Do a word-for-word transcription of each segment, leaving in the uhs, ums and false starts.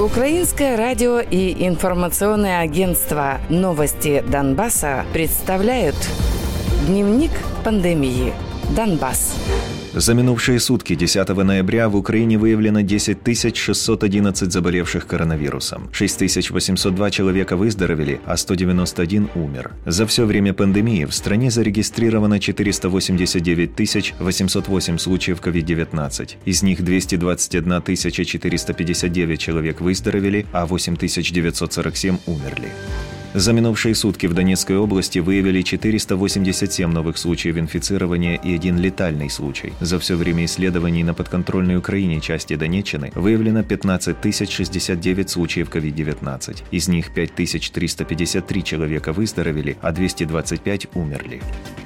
Украинское радио и информационное агентство «Новости Донбасса» представляют Дневник пандемии. Донбасс. За минувшие сутки, десятого ноября, в Украине выявлено десять тысяч шестьсот одиннадцать заболевших коронавирусом. шесть тысяч восемьсот два человека выздоровели, а сто девяносто один умер. За все время пандемии в стране зарегистрировано четыреста восемьдесят девять тысяч восемьсот восемь случаев ковид девятнадцать. Из них двести двадцать одна тысяча четыреста пятьдесят девять человек выздоровели, а восемь тысяч девятьсот сорок семь умерли. За минувшие сутки в Донецкой области выявили четыреста восемьдесят семь новых случаев инфицирования и один летальный случай. За все время исследований на подконтрольной Украине части Донеччины выявлено пятнадцать тысяч шестьдесят девять случаев ковид девятнадцать. Из них пять тысяч триста пятьдесят три человека выздоровели, а двести двадцать пять умерли.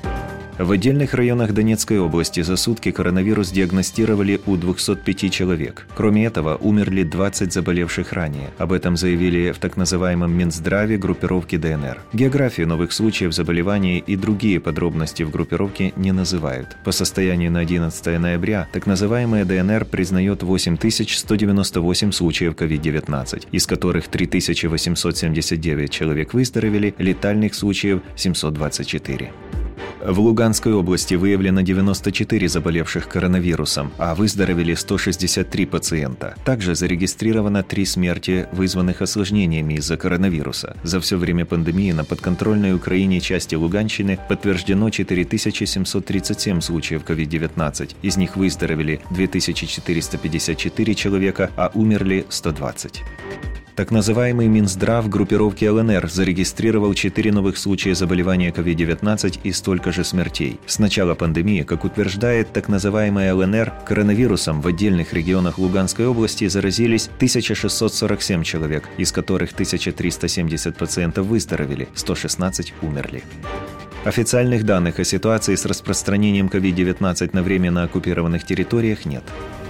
В отдельных районах Донецкой области за сутки коронавирус диагностировали у двухсот пяти человек. Кроме этого, умерли двадцать заболевших ранее. Об этом заявили в так называемом Минздраве группировки ДНР. Географию новых случаев заболеваний и другие подробности в группировке не называют. По состоянию на одиннадцатое ноября так называемая ДНР признает восемь тысяч сто девяносто восемь случаев ковид девятнадцать, из которых три тысячи восемьсот семьдесят девять человек выздоровели, летальных случаев семьсот двадцать четыре. В Луганской области выявлено девяносто четыре заболевших коронавирусом, а выздоровели сто шестьдесят три пациента. Также зарегистрировано три смерти, вызванных осложнениями из-за коронавируса. За все время пандемии на подконтрольной Украине части Луганщины подтверждено четыре тысячи семьсот тридцать семь случаев ковид девятнадцать. Из них выздоровели две тысячи четыреста пятьдесят четыре человека, а умерли сто двадцать. Так называемый Минздрав группировки ЛНР зарегистрировал четыре новых случая заболевания ковид девятнадцать и столько же смертей. С начала пандемии, как утверждает так называемая ЛНР, коронавирусом в отдельных регионах Луганской области заразились тысяча шестьсот сорок семь человек, из которых тысяча триста семьдесят пациентов выздоровели, сто шестнадцать умерли. Официальных данных о ситуации с распространением ковид девятнадцать на временно оккупированных территориях нет.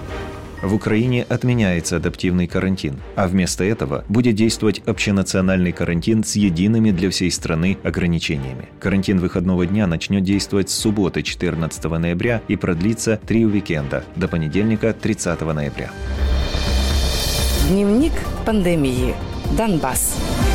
В Украине отменяется адаптивный карантин, а вместо этого будет действовать общенациональный карантин с едиными для всей страны ограничениями. Карантин выходного дня начнет действовать с субботы четырнадцатого ноября и продлится три уикенда до понедельника тридцатого ноября. Дневник пандемии. Донбасс.